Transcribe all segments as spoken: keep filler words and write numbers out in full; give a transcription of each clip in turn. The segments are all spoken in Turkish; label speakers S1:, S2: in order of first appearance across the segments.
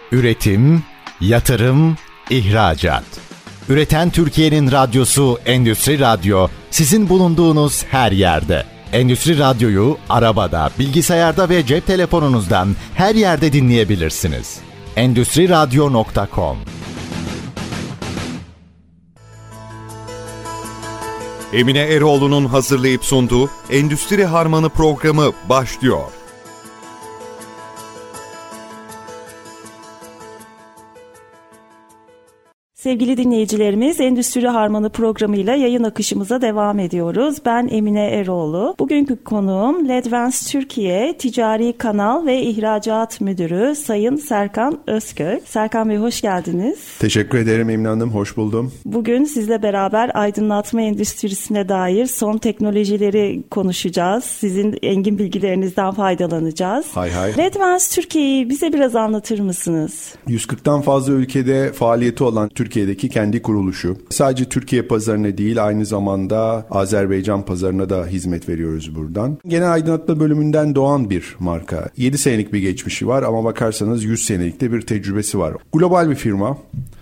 S1: Üretim, yatırım, ihracat. Üreten Türkiye'nin radyosu Endüstri Radyo, sizin bulunduğunuz her yerde. Endüstri Radyo'yu arabada, bilgisayarda ve cep telefonunuzdan her yerde dinleyebilirsiniz. endüstri radyo nokta com.
S2: Emine Eroğlu'nun hazırlayıp sunduğu Endüstri Harmanı programı başlıyor.
S3: Sevgili dinleyicilerimiz, Endüstri Harmanı programıyla yayın akışımıza devam ediyoruz. Ben Emine Eroğlu. Bugünkü konuğum Ledvance Türkiye Ticari Kanal ve İhracat Müdürü Sayın Serkan Özkök. Serkan Bey, hoş geldiniz.
S4: Teşekkür ederim Emine Hanım, hoş buldum.
S3: Bugün sizle beraber aydınlatma endüstrisine dair son teknolojileri konuşacağız. Sizin engin bilgilerinizden faydalanacağız.
S4: Hay hay.
S3: Ledvance Türkiye'yi bize biraz anlatır mısınız?
S4: yüz kırktan fazla ülkede faaliyeti olan Türkiye Türkiye'deki kendi kuruluşu. Sadece Türkiye pazarına değil, aynı zamanda Azerbaycan pazarına da hizmet veriyoruz buradan. Genel aydınlatma bölümünden doğan bir marka. yedi senelik bir geçmişi var ama bakarsanız yüz senelik de bir tecrübesi var. Global bir firma.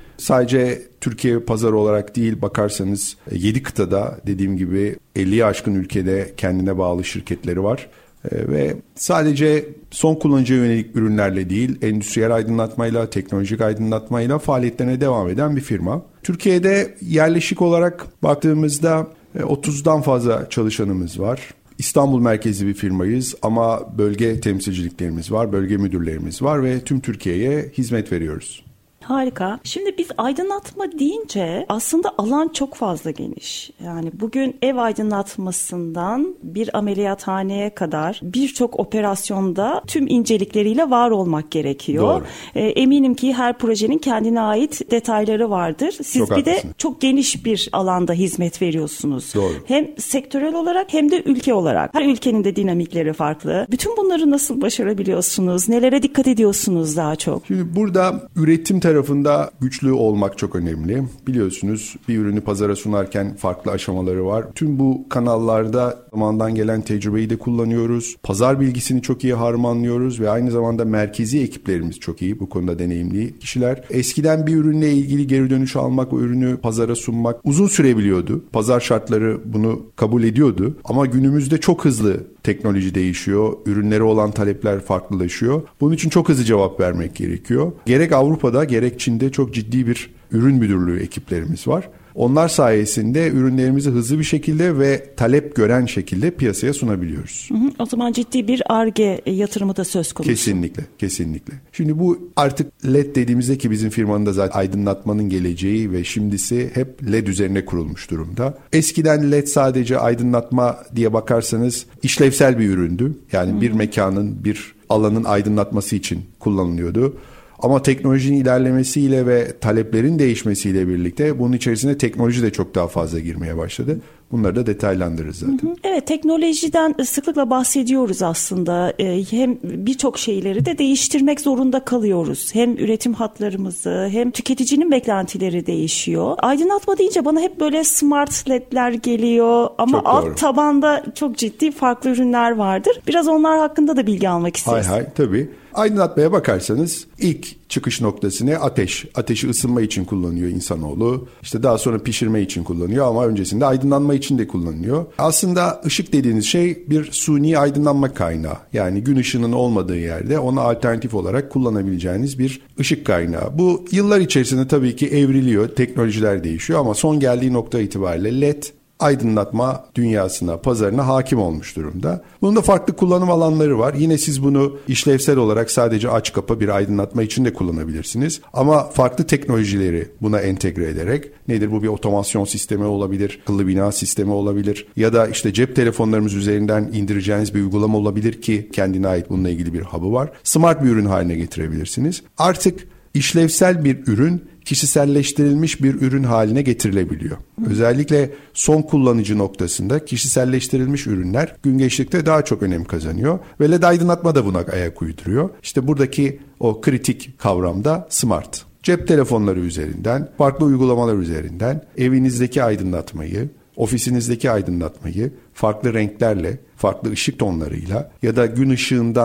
S4: Sadece Türkiye pazarı olarak değil, bakarsanız yedi kıtada, dediğim gibi elliye aşkın ülkede kendine bağlı şirketleri var. Ve sadece son kullanıcıya yönelik ürünlerle değil, endüstriyel aydınlatmayla, teknolojik aydınlatmayla faaliyetlerine devam eden bir firma. Türkiye'de yerleşik olarak baktığımızda otuzdan fazla çalışanımız var. İstanbul merkezli bir firmayız ama bölge temsilciliklerimiz var, bölge müdürlerimiz var ve tüm Türkiye'ye hizmet veriyoruz.
S3: Harika. Şimdi biz aydınlatma deyince aslında alan çok fazla geniş. Yani bugün ev aydınlatmasından bir ameliyathaneye kadar birçok operasyonda tüm incelikleriyle var olmak gerekiyor.
S4: Doğru.
S3: E, eminim ki her projenin kendine ait detayları vardır. Siz
S4: çok
S3: bir
S4: haklısın.
S3: de çok geniş bir alanda hizmet veriyorsunuz.
S4: Doğru.
S3: Hem sektörel olarak hem de ülke olarak. Her ülkenin de dinamikleri farklı. Bütün bunları nasıl başarabiliyorsunuz? Nelere dikkat ediyorsunuz daha çok?
S4: Şimdi burada üretim tarafında güçlü olmak çok önemli. Biliyorsunuz bir ürünü pazara sunarken farklı aşamaları var. Tüm bu kanallarda zamandan gelen tecrübeyi de kullanıyoruz. Pazar bilgisini çok iyi harmanlıyoruz ve aynı zamanda merkezi ekiplerimiz çok iyi. Bu konuda deneyimli kişiler. Eskiden bir ürünle ilgili geri dönüş almak, o ürünü pazara sunmak uzun sürebiliyordu. Pazar şartları bunu kabul ediyordu. Ama günümüzde çok hızlı teknoloji değişiyor. Ürünlere olan talepler farklılaşıyor. Bunun için çok hızlı cevap vermek gerekiyor. Gerek Avrupa'da gerek Çin'de çok ciddi bir ürün müdürlüğü ekiplerimiz var. Onlar sayesinde ürünlerimizi hızlı bir şekilde ve talep gören şekilde piyasaya sunabiliyoruz.
S3: Hı hı, o zaman ciddi bir Ar-Ge yatırımı da söz konusu.
S4: Kesinlikle, kesinlikle. Şimdi bu artık L E D dediğimizde ki bizim firmanın da zaten aydınlatmanın geleceği ve şimdisi hep L E D üzerine kurulmuş durumda. Eskiden L E D sadece aydınlatma diye bakarsanız işlevsel bir üründü. Yani hı. bir mekanın, bir alanın aydınlatması için kullanılıyordu. Ama teknolojinin ilerlemesiyle ve taleplerin değişmesiyle birlikte bunun içerisine teknoloji de çok daha fazla girmeye başladı. Bunları da detaylandırırız zaten. Hı hı.
S3: Evet, teknolojiden sıklıkla bahsediyoruz aslında. Ee, hem birçok şeyleri de değiştirmek zorunda kalıyoruz. Hem üretim hatlarımızı hem tüketicinin beklentileri değişiyor. Aydınlatma deyince bana hep böyle smart ledler geliyor ama alt tabanda çok ciddi farklı ürünler vardır. Biraz onlar hakkında da bilgi almak isteriz.
S4: Hay hay, tabii. Aydınlatmaya bakarsanız ilk çıkış noktası ne? Ateş. Ateşi ısınma için kullanıyor insanoğlu. İşte daha sonra pişirme için kullanıyor ama öncesinde aydınlanma için de kullanılıyor. Aslında ışık dediğiniz şey bir suni aydınlanma kaynağı. Yani gün ışığının olmadığı yerde ona alternatif olarak kullanabileceğiniz bir ışık kaynağı. Bu yıllar içerisinde tabii ki evriliyor. Teknolojiler değişiyor ama son geldiği nokta itibariyle L E D aydınlatma dünyasına, pazarına hakim olmuş durumda. Bunun da farklı kullanım alanları var. Yine siz bunu işlevsel olarak sadece aç kapa bir aydınlatma için de kullanabilirsiniz. Ama farklı teknolojileri buna entegre ederek, nedir bu, bir otomasyon sistemi olabilir, akıllı bina sistemi olabilir ya da işte cep telefonlarımız üzerinden indireceğiniz bir uygulama olabilir ki kendine ait bununla ilgili bir hub'ı var. Smart bir ürün haline getirebilirsiniz. Artık işlevsel bir ürün kişiselleştirilmiş bir ürün haline getirilebiliyor. Hı. Özellikle son kullanıcı noktasında kişiselleştirilmiş ürünler gün geçtikçe daha çok önem kazanıyor. Ve L E D aydınlatma da buna ayak uyduruyor. İşte buradaki o kritik kavramda smart. Cep telefonları üzerinden, farklı uygulamalar üzerinden evinizdeki aydınlatmayı, ofisinizdeki aydınlatmayı farklı renklerle, farklı ışık tonlarıyla ya da gün ışığından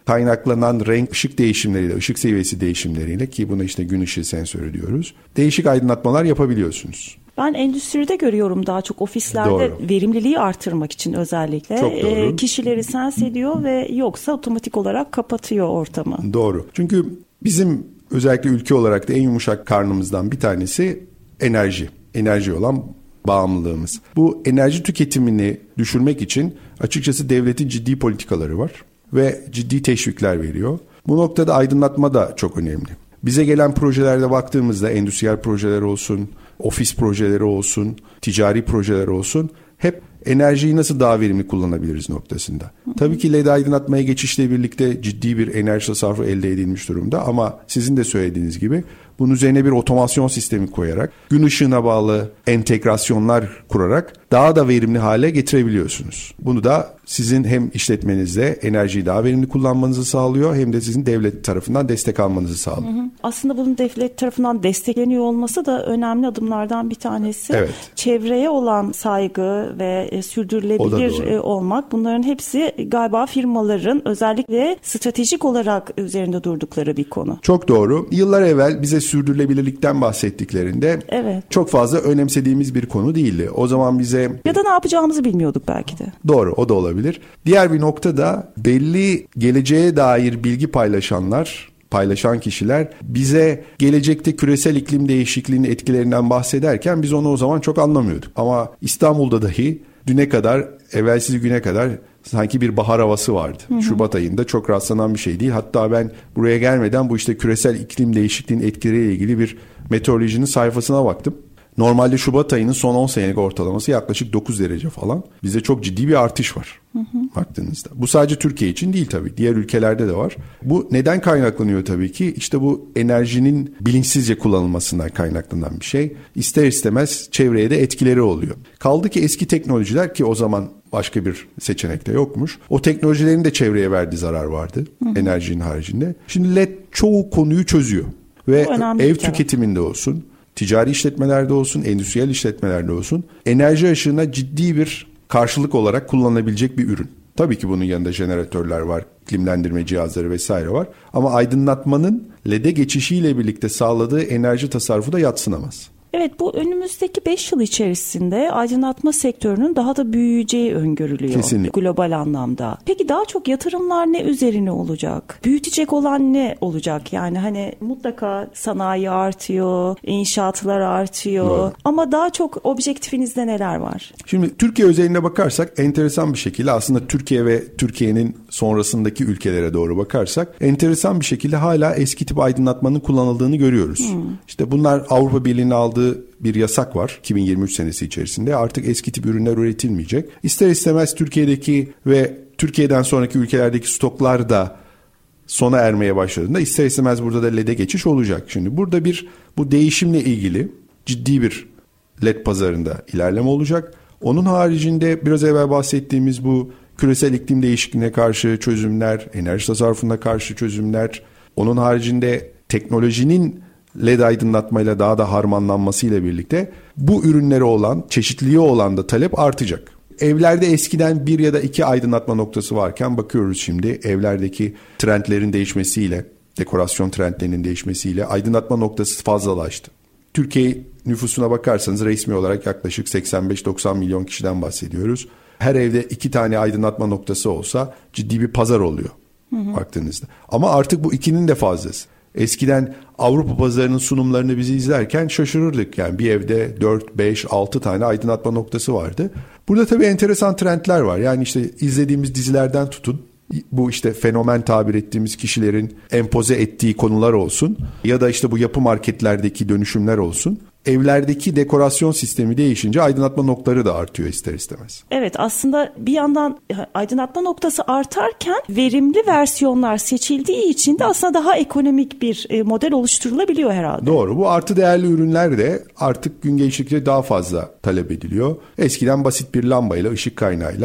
S4: kaynaklanan renk ışık değişimleriyle, ışık seviyesi değişimleriyle, ki buna işte gün ışığı sensörü diyoruz, değişik aydınlatmalar yapabiliyorsunuz.
S3: Ben endüstride görüyorum daha çok, ofislerde doğru. Verimliliği artırmak için özellikle.
S4: Çok doğru.
S3: E, kişileri sens ediyor ve yoksa otomatik olarak kapatıyor ortamı.
S4: Doğru. Çünkü bizim özellikle ülke olarak da en yumuşak karnımızdan bir tanesi enerji. Enerji olan bağımlılığımız. Bu enerji tüketimini düşürmek için açıkçası devletin ciddi politikaları var ve ciddi teşvikler veriyor. Bu noktada aydınlatma da çok önemli. Bize gelen projelerde baktığımızda endüstriyel projeler olsun, ofis projeleri olsun, ticari projeler olsun, hep enerjiyi nasıl daha verimli kullanabiliriz noktasında. Hı hı. Tabii ki L E D aydınlatmaya geçişle birlikte ciddi bir enerji tasarrufu elde edilmiş durumda ama sizin de söylediğiniz gibi bunun üzerine bir otomasyon sistemi koyarak, gün ışığına bağlı entegrasyonlar kurarak daha da verimli hale getirebiliyorsunuz. Bunu da sizin hem işletmenizde enerjiyi daha verimli kullanmanızı sağlıyor, hem de sizin devlet tarafından destek almanızı sağlıyor. Hı hı.
S3: Aslında bunun devlet tarafından destekleniyor olması da önemli adımlardan bir tanesi.
S4: Evet.
S3: Çevreye olan saygı ve sürdürülebilir olmak, bunların hepsi galiba firmaların özellikle stratejik olarak üzerinde durdukları bir konu.
S4: Çok doğru. Yıllar evvel bize sürdürülebilirlikten bahsettiklerinde
S3: evet.
S4: çok fazla önemsediğimiz bir konu değildi. O zaman bize...
S3: Ya da ne yapacağımızı bilmiyorduk belki de.
S4: Doğru, o da olabilir. Diğer bir nokta da belli geleceğe dair bilgi paylaşanlar, paylaşan kişiler bize gelecekte küresel iklim değişikliğinin etkilerinden bahsederken biz onu o zaman çok anlamıyorduk. Ama İstanbul'da dahi düne kadar, evvelsiz güne kadar sanki bir bahar havası vardı. Hı hı. Şubat ayında çok rastlanan bir şey değil. Hatta ben buraya gelmeden bu işte küresel iklim değişikliğinin etkileriyle ilgili bir meteorolojinin sayfasına baktım. Normalde Şubat ayının son on senelik ortalaması yaklaşık dokuz derece falan. Bizde çok ciddi bir artış var. Hı hı. Baktığınızda. Bu sadece Türkiye için değil tabii. Diğer ülkelerde de var. Bu neden kaynaklanıyor tabii ki? İşte bu enerjinin bilinçsizce kullanılmasından kaynaklanan bir şey. İster istemez çevreye de etkileri oluyor. Kaldı ki eski teknolojiler, ki o zaman başka bir seçenek de yokmuş, o teknolojilerin de çevreye verdiği zarar vardı. Hı hı. Enerjinin haricinde. Şimdi L E D çoğu konuyu çözüyor. Ve ev tüketiminde olsun, ticari işletmelerde olsun, endüstriyel işletmelerde olsun, enerji ışığına ciddi bir karşılık olarak kullanılabilecek bir ürün. Tabii ki bunun yanında jeneratörler var, iklimlendirme cihazları vesaire var. Ama aydınlatmanın L E D'e geçişiyle birlikte sağladığı enerji tasarrufu da yadsınamaz.
S3: Evet, bu önümüzdeki beş yıl içerisinde aydınlatma sektörünün daha da büyüyeceği öngörülüyor.
S4: Kesinlikle.
S3: Global anlamda. Peki daha çok yatırımlar ne üzerine olacak? Büyütecek olan ne olacak? Yani hani mutlaka sanayi artıyor, inşaatlar artıyor. Doğru. Ama daha çok objektifinizde neler var?
S4: Şimdi Türkiye özeline bakarsak enteresan bir şekilde, aslında Türkiye ve Türkiye'nin sonrasındaki ülkelere doğru bakarsak enteresan bir şekilde hala eski tip aydınlatmanın kullanıldığını görüyoruz. Hmm. İşte bunlar Avrupa Birliği'nin aldığı bir yasak var iki bin yirmi üç senesi içerisinde. Artık eski tip ürünler üretilmeyecek. İster istemez Türkiye'deki ve Türkiye'den sonraki ülkelerdeki stoklar da sona ermeye başladığında ister istemez burada da L E D'e geçiş olacak. Şimdi burada bir bu değişimle ilgili ciddi bir L E D pazarında ilerleme olacak. Onun haricinde biraz evvel bahsettiğimiz bu küresel iklim değişikliğine karşı çözümler, enerji tasarrufuna karşı çözümler, onun haricinde teknolojinin L E D aydınlatmayla daha da harmanlanmasıyla birlikte bu ürünlere olan, çeşitliliği olan da talep artacak. Evlerde eskiden bir ya da iki aydınlatma noktası varken bakıyoruz şimdi evlerdeki trendlerin değişmesiyle, dekorasyon trendlerinin değişmesiyle aydınlatma noktası fazlalaştı. Türkiye nüfusuna bakarsanız resmi olarak yaklaşık seksen beş doksan milyon kişiden bahsediyoruz. Her evde iki tane aydınlatma noktası olsa ciddi bir pazar oluyor hı hı. baktığınızda. Ama artık bu ikinin de fazlası. Eskiden Avrupa pazarının sunumlarını bizi izlerken şaşırırdık. Yani bir evde dört, beş, altı tane aydınlatma noktası vardı. Burada tabii enteresan trendler var. Yani işte izlediğimiz dizilerden tutun, bu işte fenomen tabir ettiğimiz kişilerin empoze ettiği konular olsun ya da işte bu yapı marketlerdeki dönüşümler olsun. Evlerdeki dekorasyon sistemi değişince aydınlatma noktaları da artıyor ister istemez.
S3: Evet, aslında bir yandan aydınlatma noktası artarken verimli versiyonlar seçildiği için de aslında daha ekonomik bir model oluşturulabiliyor herhalde.
S4: Doğru. Bu artı değerli ürünler de artık gün geçtikçe daha fazla talep ediliyor. Eskiden basit bir lambayla, ışık kaynağıyla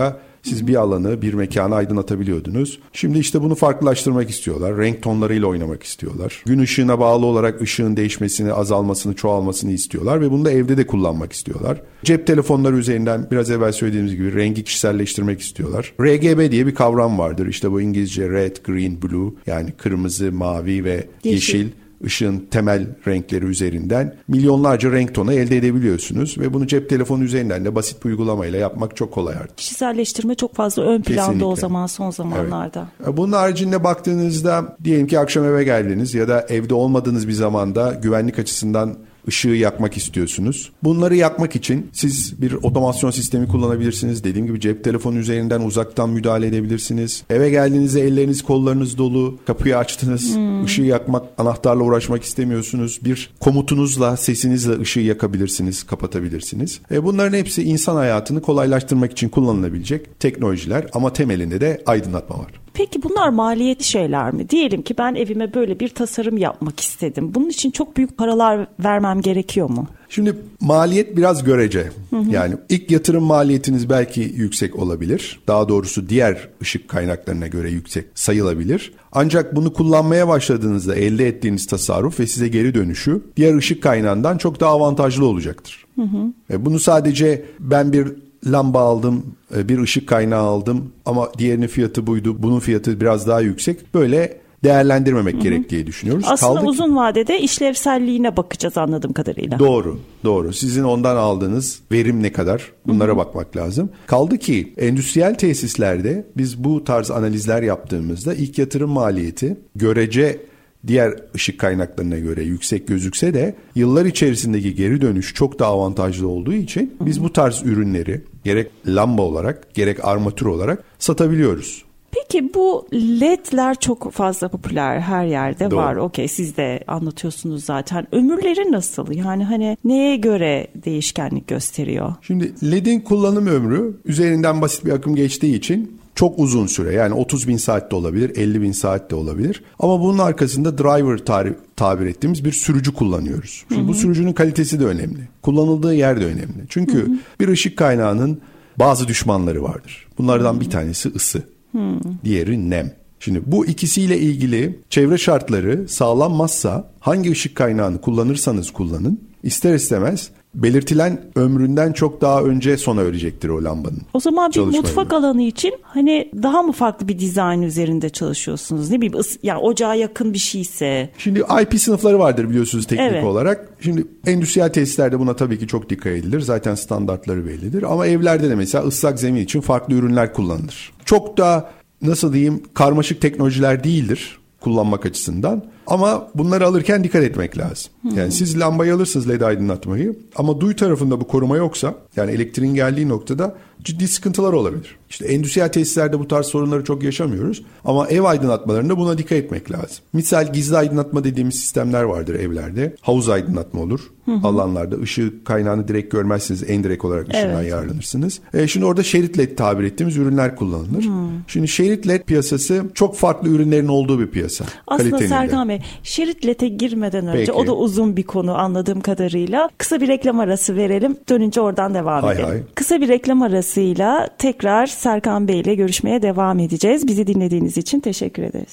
S4: Siz bir alanı, bir mekanı aydınlatabiliyordunuz. Şimdi işte bunu farklılaştırmak istiyorlar. Renk tonlarıyla oynamak istiyorlar. Gün ışığına bağlı olarak ışığın değişmesini, azalmasını, çoğalmasını istiyorlar ve bunu da evde de kullanmak istiyorlar. Cep telefonları üzerinden biraz evvel söylediğimiz gibi rengi kişiselleştirmek istiyorlar. R G B diye bir kavram vardır. İşte bu İngilizce red, green, blue, yani kırmızı, mavi ve yeşil. yeşil. Işığın temel renkleri üzerinden milyonlarca renk tonu elde edebiliyorsunuz ve bunu cep telefonu üzerinden de basit bir uygulamayla yapmak çok kolay artık.
S3: Kişiselleştirme çok fazla ön planda Kesinlikle. O zaman son zamanlarda.
S4: Evet. Bunun haricinde baktığınızda diyelim ki akşam eve geldiniz ya da evde olmadığınız bir zamanda güvenlik açısından ışığı yakmak istiyorsunuz. Bunları yakmak için siz bir otomasyon sistemi kullanabilirsiniz. Dediğim gibi cep telefonu üzerinden uzaktan müdahale edebilirsiniz. Eve geldiğinizde elleriniz kollarınız dolu. Kapıyı açtınız. Hmm. Işığı yakmak, anahtarla uğraşmak istemiyorsunuz. Bir komutunuzla, sesinizle ışığı yakabilirsiniz, kapatabilirsiniz. E bunların hepsi insan hayatını kolaylaştırmak için kullanılabilecek teknolojiler ama temelinde de aydınlatma var.
S3: Peki bunlar maliyetli şeyler mi? Diyelim ki ben evime böyle bir tasarım yapmak istedim. Bunun için çok büyük paralar vermem gerekiyor mu?
S4: Şimdi maliyet biraz görece. Hı hı. Yani ilk yatırım maliyetiniz belki yüksek olabilir. Daha doğrusu diğer ışık kaynaklarına göre yüksek sayılabilir. Ancak bunu kullanmaya başladığınızda elde ettiğiniz tasarruf ve size geri dönüşü diğer ışık kaynağından çok daha avantajlı olacaktır. Hı hı. Bunu sadece ben bir lamba aldım, bir ışık kaynağı aldım ama diğerinin fiyatı buydu, bunun fiyatı biraz daha yüksek. Böyle değerlendirmemek hı hı. gerek diye düşünüyoruz.
S3: Aslında Kaldı uzun ki, vadede işlevselliğine bakacağız anladığım kadarıyla.
S4: Doğru, doğru. Sizin ondan aldığınız verim ne kadar? Bunlara hı hı. bakmak lazım. Kaldı ki endüstriyel tesislerde biz bu tarz analizler yaptığımızda ilk yatırım maliyeti görece diğer ışık kaynaklarına göre yüksek gözükse de yıllar içerisindeki geri dönüş çok daha avantajlı olduğu için biz bu tarz ürünleri gerek lamba olarak gerek armatür olarak satabiliyoruz.
S3: Peki bu ledler çok fazla popüler, her yerde
S4: Doğru.
S3: var. Okey, siz de anlatıyorsunuz zaten. Ömürleri nasıl? Yani hani neye göre değişkenlik gösteriyor?
S4: Şimdi ledin kullanım ömrü üzerinden basit bir akım geçtiği için çok uzun süre, yani otuz bin saat de olabilir, elli bin saat de olabilir. Ama bunun arkasında driver tabir, tabir ettiğimiz bir sürücü kullanıyoruz. Şimdi hı hı. bu sürücünün kalitesi de önemli. Kullanıldığı yer de önemli. Çünkü hı hı. bir ışık kaynağının bazı düşmanları vardır. Bunlardan hı hı. bir tanesi ısı, hı. diğeri nem. Şimdi bu ikisiyle ilgili çevre şartları sağlanmazsa hangi ışık kaynağını kullanırsanız kullanın, ister istemez belirtilen ömründen çok daha önce sona erecektir o lambanın.
S3: O zaman bir mutfak ömrü. Alanı için hani daha mı farklı bir dizayn üzerinde çalışıyorsunuz? Ne bileyim, yani ocağa yakın bir şeyse.
S4: Şimdi I P sınıfları vardır biliyorsunuz teknik evet. olarak. Şimdi endüstriyel tesislerde buna tabii ki çok dikkat edilir. Zaten standartları bellidir. Ama evlerde de mesela ıslak zemin için farklı ürünler kullanılır. Çok da nasıl diyeyim karmaşık teknolojiler değildir kullanmak açısından. Ama bunları alırken dikkat etmek lazım. Hmm. Yani siz lambayı alırsınız led aydınlatmayı ama duy tarafında bu koruma yoksa, yani elektriğin geldiği noktada ciddi sıkıntılar olabilir. İşte endüstriyel tesislerde bu tarz sorunları çok yaşamıyoruz ama ev aydınlatmalarında buna dikkat etmek lazım. Misal gizli aydınlatma dediğimiz sistemler vardır evlerde. Havuz aydınlatma olur. Hı hı. Alanlarda ışığı kaynağını direkt görmezsiniz, endirekt olarak ışığından evet. yararlanırsınız. E şimdi orada şerit led tabir ettiğimiz ürünler kullanılır. Hı. Şimdi şerit led piyasası çok farklı ürünlerin olduğu bir piyasa.
S3: Aslında Serkan Bey, şerit led'e girmeden önce, Peki. o da uzun bir konu anladığım kadarıyla. Kısa bir reklam arası verelim. Dönünce oradan devam hay edelim. Hay. Kısa bir reklam arasıyla tekrar Serkan Bey ile görüşmeye devam edeceğiz. Bizi dinlediğiniz için teşekkür ederiz.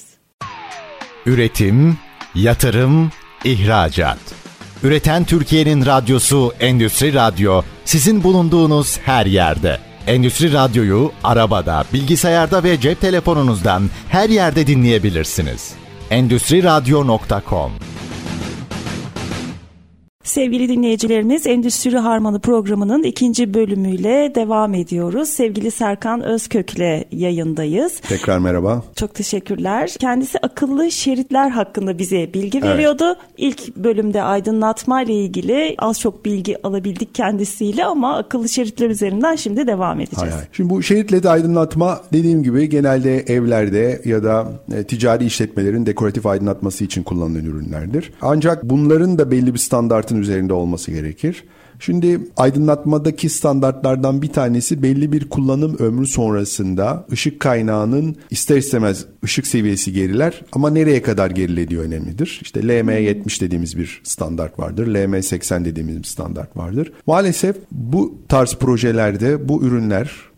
S1: Üretim, yatırım, ihracat. Üreten Türkiye'nin radyosu Endüstri Radyo, sizin bulunduğunuz her yerde. Endüstri Radyo'yu arabada, bilgisayarda ve cep telefonunuzdan her yerde dinleyebilirsiniz. endüstri radyo nokta com.
S3: Sevgili dinleyicilerimiz, Endüstri Harmanı programının ikinci bölümüyle devam ediyoruz. Sevgili Serkan Özkök ile yayındayız.
S4: Tekrar merhaba.
S3: Çok teşekkürler. Kendisi akıllı şeritler hakkında bize bilgi evet. veriyordu. İlk bölümde aydınlatma ile ilgili az çok bilgi alabildik kendisiyle ama akıllı şeritler üzerinden şimdi devam edeceğiz. Hay hay.
S4: Şimdi bu şerit led aydınlatma dediğim gibi genelde evlerde ya da e, ticari işletmelerin dekoratif aydınlatması için kullanılan ürünlerdir. Ancak bunların da belli bir standartın üzerinde olması gerekir. Şimdi aydınlatmadaki standartlardan bir tanesi belli bir kullanım ömrü sonrasında ışık kaynağının ister istemez ışık seviyesi geriler ama nereye kadar gerilediği önemlidir. İşte L M yetmiş dediğimiz bir standart vardır. L M seksen dediğimiz bir standart vardır. Maalesef bu tarz projelerde bu ürünler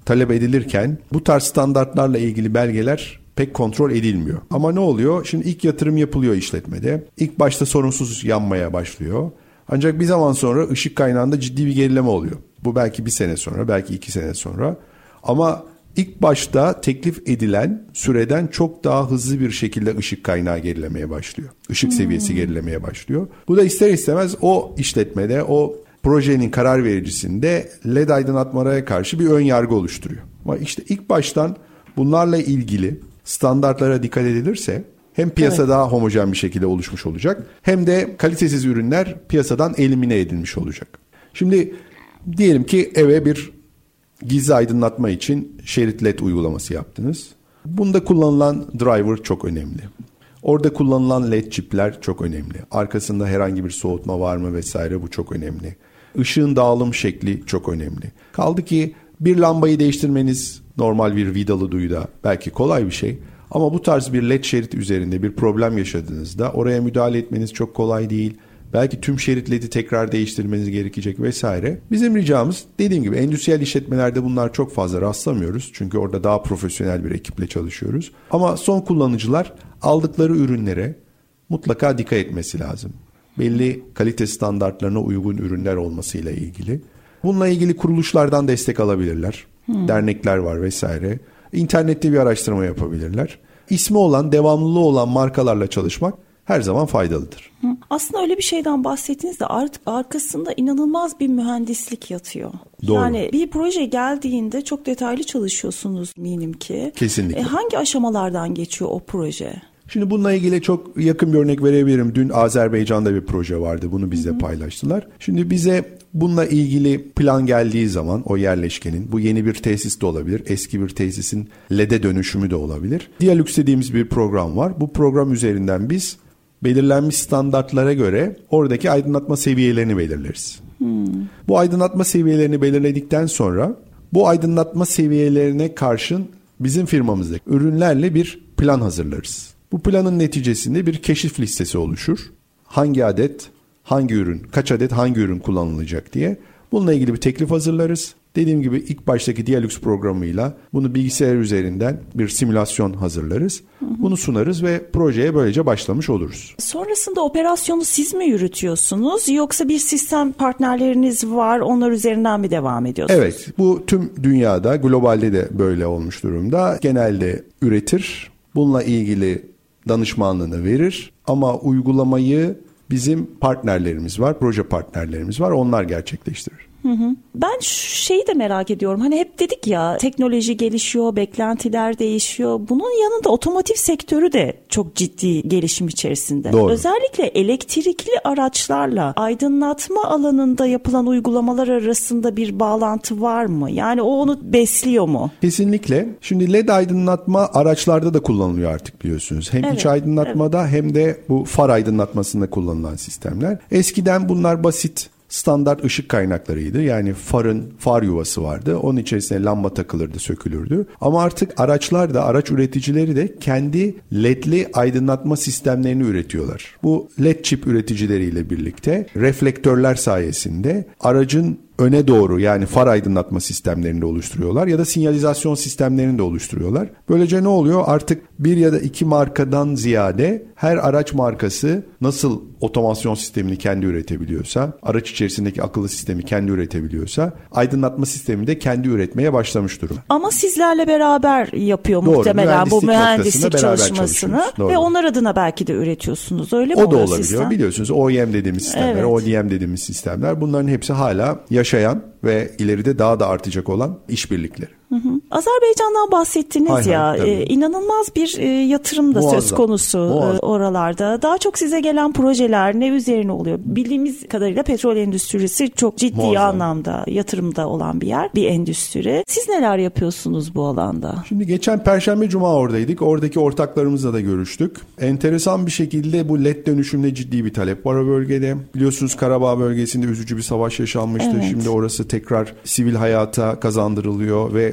S4: talep edilirken bu tarz standartlarla ilgili belgeler pek kontrol edilmiyor. Ama ne oluyor? Şimdi ilk yatırım yapılıyor işletmede. İlk başta sorunsuz yanmaya başlıyor. Ancak bir zaman sonra ışık kaynağında ciddi bir gerileme oluyor. Bu belki bir sene sonra, belki iki sene sonra. Ama ilk başta teklif edilen süreden çok daha hızlı bir şekilde ışık kaynağı gerilemeye başlıyor. Işık hmm. seviyesi gerilemeye başlıyor. Bu da ister istemez o işletmede, o projenin karar vericisinde L E D aydınlatmalara karşı bir ön yargı oluşturuyor. Ama işte ilk baştan bunlarla ilgili standartlara dikkat edilirse hem piyasa evet. daha homojen bir şekilde oluşmuş olacak, hem de kalitesiz ürünler piyasadan elimine edilmiş olacak. Şimdi diyelim ki eve bir gizli aydınlatma için şerit L E D uygulaması yaptınız. Bunda kullanılan driver çok önemli. Orada kullanılan L E D çipler çok önemli. Arkasında herhangi bir soğutma var mı vesaire, bu çok önemli. Işığın dağılım şekli çok önemli. Kaldı ki bir lambayı değiştirmeniz normal bir vidalı duyuda belki kolay bir şey. Ama bu tarz bir L E D şerit üzerinde bir problem yaşadığınızda oraya müdahale etmeniz çok kolay değil. Belki tüm şerit L E D'i tekrar değiştirmeniz gerekecek vesaire. Bizim ricamız, dediğim gibi endüstriyel işletmelerde bunlar çok fazla rastlamıyoruz. Çünkü orada daha profesyonel bir ekiple çalışıyoruz. Ama son kullanıcılar aldıkları ürünlere mutlaka dikkat etmesi lazım. Belli kalite standartlarına uygun ürünler olmasıyla ilgili. Bununla ilgili kuruluşlardan destek alabilirler. Hmm. Dernekler var vesaire. İnternette bir araştırma yapabilirler. İsmi olan, devamlılığı olan markalarla çalışmak her zaman faydalıdır.
S3: Aslında öyle bir şeyden bahsettiğinizde artık arkasında inanılmaz bir mühendislik yatıyor.
S4: Doğru.
S3: Yani bir proje geldiğinde çok detaylı çalışıyorsunuz eminim ki.
S4: Kesinlikle.
S3: E, hangi aşamalardan geçiyor o proje?
S4: Şimdi bununla ilgili çok yakın bir örnek verebilirim. Dün Azerbaycan'da bir proje vardı. Bunu bizle Hı-hı. paylaştılar. Şimdi bize bununla ilgili plan geldiği zaman o yerleşkenin, bu yeni bir tesis de olabilir, eski bir tesisin L E D'e dönüşümü de olabilir. Dialux dediğimiz bir program var. Bu program üzerinden biz belirlenmiş standartlara göre oradaki aydınlatma seviyelerini belirleriz. Hmm. Bu aydınlatma seviyelerini belirledikten sonra bu aydınlatma seviyelerine karşın bizim firmamızdaki ürünlerle bir plan hazırlarız. Bu planın neticesinde bir keşif listesi oluşur. Hangi adet, hangi ürün, kaç adet hangi ürün kullanılacak diye. Bununla ilgili bir teklif hazırlarız. Dediğim gibi ilk baştaki Dialux programıyla bunu bilgisayar üzerinden bir simülasyon hazırlarız. Hı hı. Bunu sunarız ve projeye böylece başlamış oluruz.
S3: Sonrasında operasyonu siz mi yürütüyorsunuz yoksa bir sistem partnerleriniz var, onlar üzerinden mi devam ediyorsunuz?
S4: Evet, bu tüm dünyada, globalde de böyle olmuş durumda. Genelde üretir, bununla ilgili danışmanlığını verir ama uygulamayı bizim partnerlerimiz var, proje partnerlerimiz var, onlar gerçekleştirir.
S3: Hı hı. Ben şeyi de merak ediyorum. Hani hep dedik ya, teknoloji gelişiyor, beklentiler değişiyor. Bunun yanında otomotiv sektörü de çok ciddi gelişim içerisinde.
S4: Doğru.
S3: Özellikle elektrikli araçlarla aydınlatma alanında yapılan uygulamalar arasında bir bağlantı var mı? Yani o onu besliyor mu?
S4: Kesinlikle. Şimdi L E D aydınlatma araçlarda da kullanılıyor artık, biliyorsunuz. Hem evet, iç aydınlatmada evet. hem de bu far aydınlatmasında kullanılan sistemler. Eskiden bunlar basit, standart ışık kaynaklarıydı. Yani farın far yuvası vardı. Onun içerisine lamba takılırdı, sökülürdü. Ama artık araçlar da, araç üreticileri de kendi L E D'li aydınlatma sistemlerini üretiyorlar. Bu L E D çip üreticileriyle birlikte reflektörler sayesinde aracın öne doğru, yani far aydınlatma sistemlerini de oluşturuyorlar ya da sinyalizasyon sistemlerini de oluşturuyorlar. Böylece ne oluyor? Artık bir ya da iki markadan ziyade her araç markası nasıl otomasyon sistemini kendi üretebiliyorsa, araç içerisindeki akıllı sistemi kendi üretebiliyorsa, aydınlatma sistemi de kendi üretmeye başlamış durumda.
S3: Ama sizlerle beraber yapıyor Doğru, muhtemelen bu mühendislik çalışmasını ve onlar adına belki de üretiyorsunuz, öyle mi?
S4: O da olabiliyor. Sistem? Biliyorsunuz O E M dediğimiz sistemler, evet. O D M dediğimiz sistemler, bunların hepsi hala yaşayan ve ileride daha da artacak olan işbirlikleri.
S3: Hı hı. Azerbaycan'dan bahsettiniz hay ya, hay, e, inanılmaz bir e, yatırım da Muazzam. söz konusu e, oralarda. Daha çok size gelen projeler ne üzerine oluyor? Bildiğimiz kadarıyla petrol endüstrisi çok ciddi Muazzam. anlamda yatırımda olan bir yer, bir endüstri. Siz neler yapıyorsunuz bu alanda?
S4: Şimdi geçen Perşembe Cuma oradaydık. Oradaki ortaklarımızla da görüştük. Enteresan bir şekilde bu L E D dönüşümde ciddi bir talep var o bölgede. Biliyorsunuz Karabağ bölgesinde üzücü bir savaş yaşanmıştı. Evet. Şimdi orası tekrar sivil hayata kazandırılıyor ve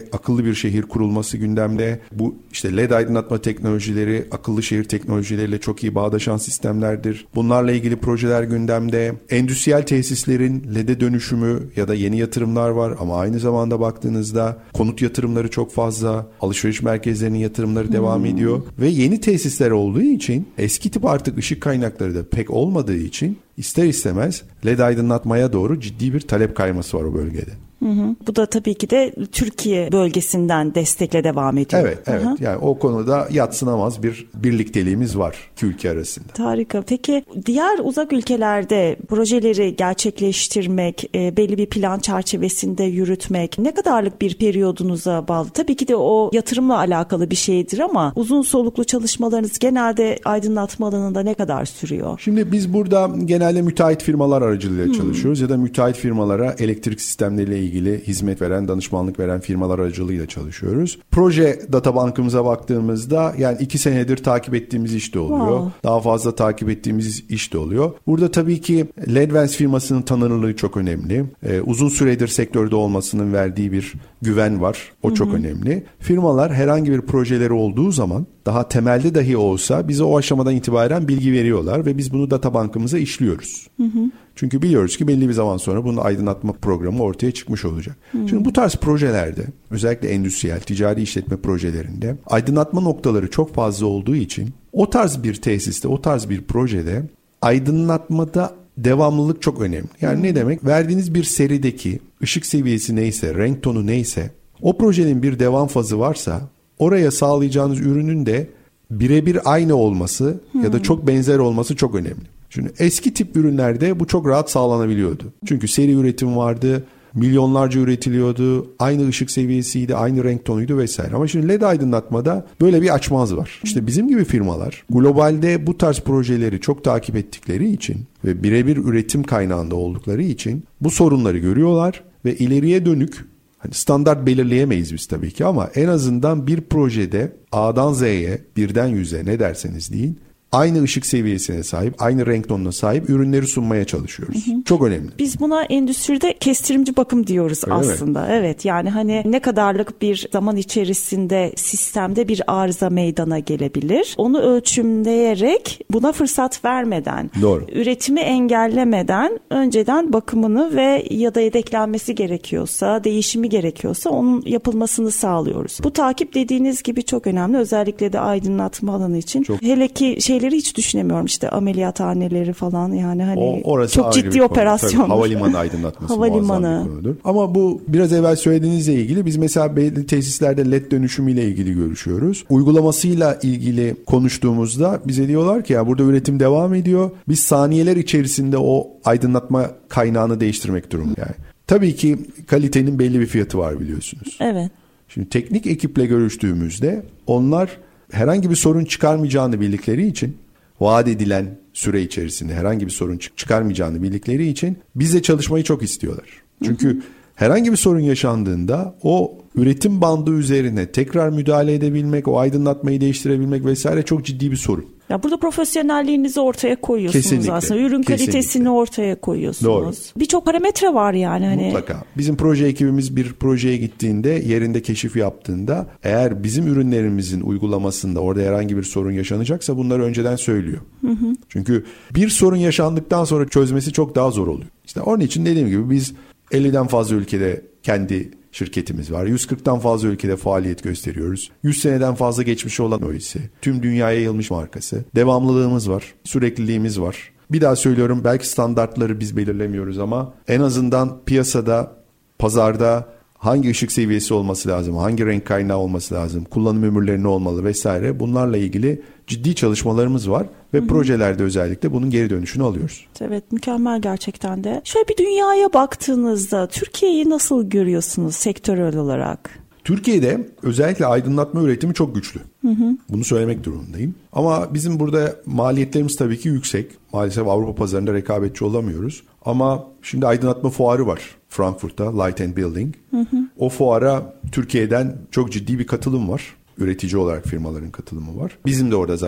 S4: gündemde, akıllı bir şehir kurulması gündemde. Bu işte L E D aydınlatma teknolojileri, akıllı şehir teknolojileriyle çok iyi bağdaşan sistemlerdir. Bunlarla ilgili projeler gündemde. Endüstriyel tesislerin L E D'e dönüşümü ya da yeni yatırımlar var ama aynı zamanda baktığınızda konut yatırımları çok fazla, alışveriş merkezlerinin yatırımları hmm. devam ediyor ve yeni tesisler olduğu için eski tip artık ışık kaynakları da pek olmadığı için ister istemez L E D aydınlatmaya doğru ciddi bir talep kayması var o bölgede.
S3: Hı hı. Bu da tabii ki de Türkiye bölgesinden destekle devam ediyor.
S4: Evet, evet. Hı hı. Yani o konuda yadsınamaz bir birlikteliğimiz var iki ülke arasında.
S3: Harika. Peki diğer uzak ülkelerde projeleri gerçekleştirmek, e, belli bir plan çerçevesinde yürütmek ne kadarlık bir periyodunuza bağlı? Tabii ki de o yatırımla alakalı bir şeydir ama uzun soluklu çalışmalarınız genelde aydınlatma alanında ne kadar sürüyor?
S4: Şimdi biz burada genelde müteahhit firmalar aracılığıyla hmm. çalışıyoruz ya da müteahhit firmalara elektrik sistemleriyle ilgili ilgili hizmet veren, danışmanlık veren firmalar aracılığıyla çalışıyoruz. Proje databankımıza baktığımızda yani iki senedir takip ettiğimiz iş de oluyor. Wow. Daha fazla takip ettiğimiz iş de oluyor. Burada tabii ki Ledvance firmasının tanınırlığı çok önemli. Ee, uzun süredir sektörde olmasının verdiği bir güven var. O Hı-hı. çok önemli. Firmalar herhangi bir projeleri olduğu zaman daha temelde dahi olsa bize o aşamadan itibaren bilgi veriyorlar ve biz bunu databankımıza işliyoruz. Hı hı. Çünkü biliyoruz ki belli bir zaman sonra bunun aydınlatma programı ortaya çıkmış olacak. Hı. Şimdi bu tarz projelerde özellikle endüstriyel, ticari işletme projelerinde aydınlatma noktaları çok fazla olduğu için o tarz bir tesiste, o tarz bir projede aydınlatmada devamlılık çok önemli. Yani Hı. ne demek? Verdiğiniz bir serideki ışık seviyesi neyse, renk tonu neyse, o projenin bir devam fazı varsa oraya sağlayacağınız ürünün de birebir aynı olması hmm. ya da çok benzer olması çok önemli. Şimdi eski tip ürünlerde bu çok rahat sağlanabiliyordu. Çünkü seri üretim vardı, milyonlarca üretiliyordu, aynı ışık seviyesiydi, aynı renk tonuydu vesaire. Ama şimdi L E D aydınlatmada böyle bir açmaz var. İşte bizim gibi firmalar globalde bu tarz projeleri çok takip ettikleri için ve birebir üretim kaynağında oldukları için bu sorunları görüyorlar ve ileriye dönük hani standart belirleyemeyiz biz tabii ki ama en azından bir projede A'dan Z'ye, birden yüze ne derseniz deyin, aynı ışık seviyesine sahip, aynı renk tonuna sahip ürünleri sunmaya çalışıyoruz. Hı hı. Çok önemli.
S3: Biz buna endüstride kestirimci bakım diyoruz Öyle aslında. Mi? Evet, yani hani ne kadarlık bir zaman içerisinde sistemde bir arıza meydana gelebilir. Onu ölçümleyerek buna fırsat vermeden, Doğru. üretimi engellemeden önceden bakımını ve ya da yedeklenmesi gerekiyorsa, değişimi gerekiyorsa onun yapılmasını sağlıyoruz. Bu takip dediğiniz gibi çok önemli. Özellikle de aydınlatma alanı için. Çok. Hele ki şeyleri hiç düşünemiyorum, işte ameliyathaneleri falan, yani hani o, çok ciddi operasyonlar.
S4: Havalimanı aydınlatması
S3: Havalimanı.
S4: muazzam bir konudur. Ama bu biraz evvel söylediğinizle ilgili biz mesela belli tesislerde L E D dönüşümüyle ilgili görüşüyoruz. Uygulamasıyla ilgili konuştuğumuzda bize diyorlar ki ya burada üretim devam ediyor. Biz saniyeler içerisinde o aydınlatma kaynağını değiştirmek durumunda. Yani. Tabii ki kalitenin belli bir fiyatı var biliyorsunuz.
S3: Evet.
S4: Şimdi teknik ekiple görüştüğümüzde onlar herhangi bir sorun çıkarmayacağını bildikleri için, vaat edilen süre içerisinde herhangi bir sorun çıkarmayacağını bildikleri için bizle çalışmayı çok istiyorlar. Çünkü hı hı. herhangi bir sorun yaşandığında o üretim bandı üzerine tekrar müdahale edebilmek, o aydınlatmayı değiştirebilmek vesaire çok ciddi bir sorun.
S3: Ya burada profesyonelliğinizi ortaya koyuyorsunuz Kesinlikle. aslında. Ürün Kesinlikle. kalitesini ortaya koyuyorsunuz. Doğru. Birçok parametre var yani. Hani...
S4: Mutlaka. Bizim proje ekibimiz bir projeye gittiğinde, yerinde keşif yaptığında eğer bizim ürünlerimizin uygulamasında orada herhangi bir sorun yaşanacaksa bunları önceden söylüyor. Hı hı. Çünkü bir sorun yaşandıktan sonra çözmesi çok daha zor oluyor. İşte onun için dediğim gibi biz elliden fazla ülkede kendi şirketimiz var. yüz kırktan fazla ülkede faaliyet gösteriyoruz. yüz seneden fazla geçmişi olan o ise. Tüm dünyaya yayılmış markası. Devamlılığımız var. Sürekliliğimiz var. Bir daha söylüyorum, belki standartları biz belirlemiyoruz ama en azından piyasada, pazarda hangi ışık seviyesi olması lazım, hangi renk kaynağı olması lazım, kullanım ömürleri ne olmalı vesaire, bunlarla ilgili ciddi çalışmalarımız var ve Hı-hı. projelerde özellikle bunun geri dönüşünü alıyoruz.
S3: Evet, mükemmel gerçekten de. Şöyle bir dünyaya baktığınızda Türkiye'yi nasıl görüyorsunuz sektörel olarak?
S4: Türkiye'de özellikle aydınlatma üretimi çok güçlü. Hı hı. Bunu söylemek durumundayım. Ama bizim burada maliyetlerimiz tabii ki yüksek. Maalesef Avrupa pazarında rekabetçi olamıyoruz. Ama şimdi aydınlatma fuarı var Frankfurt'ta, Light and Building. Hı hı. O fuara Türkiye'den çok ciddi bir katılım var. Üretici olarak firmaların katılımı var. Bizim de orada zaten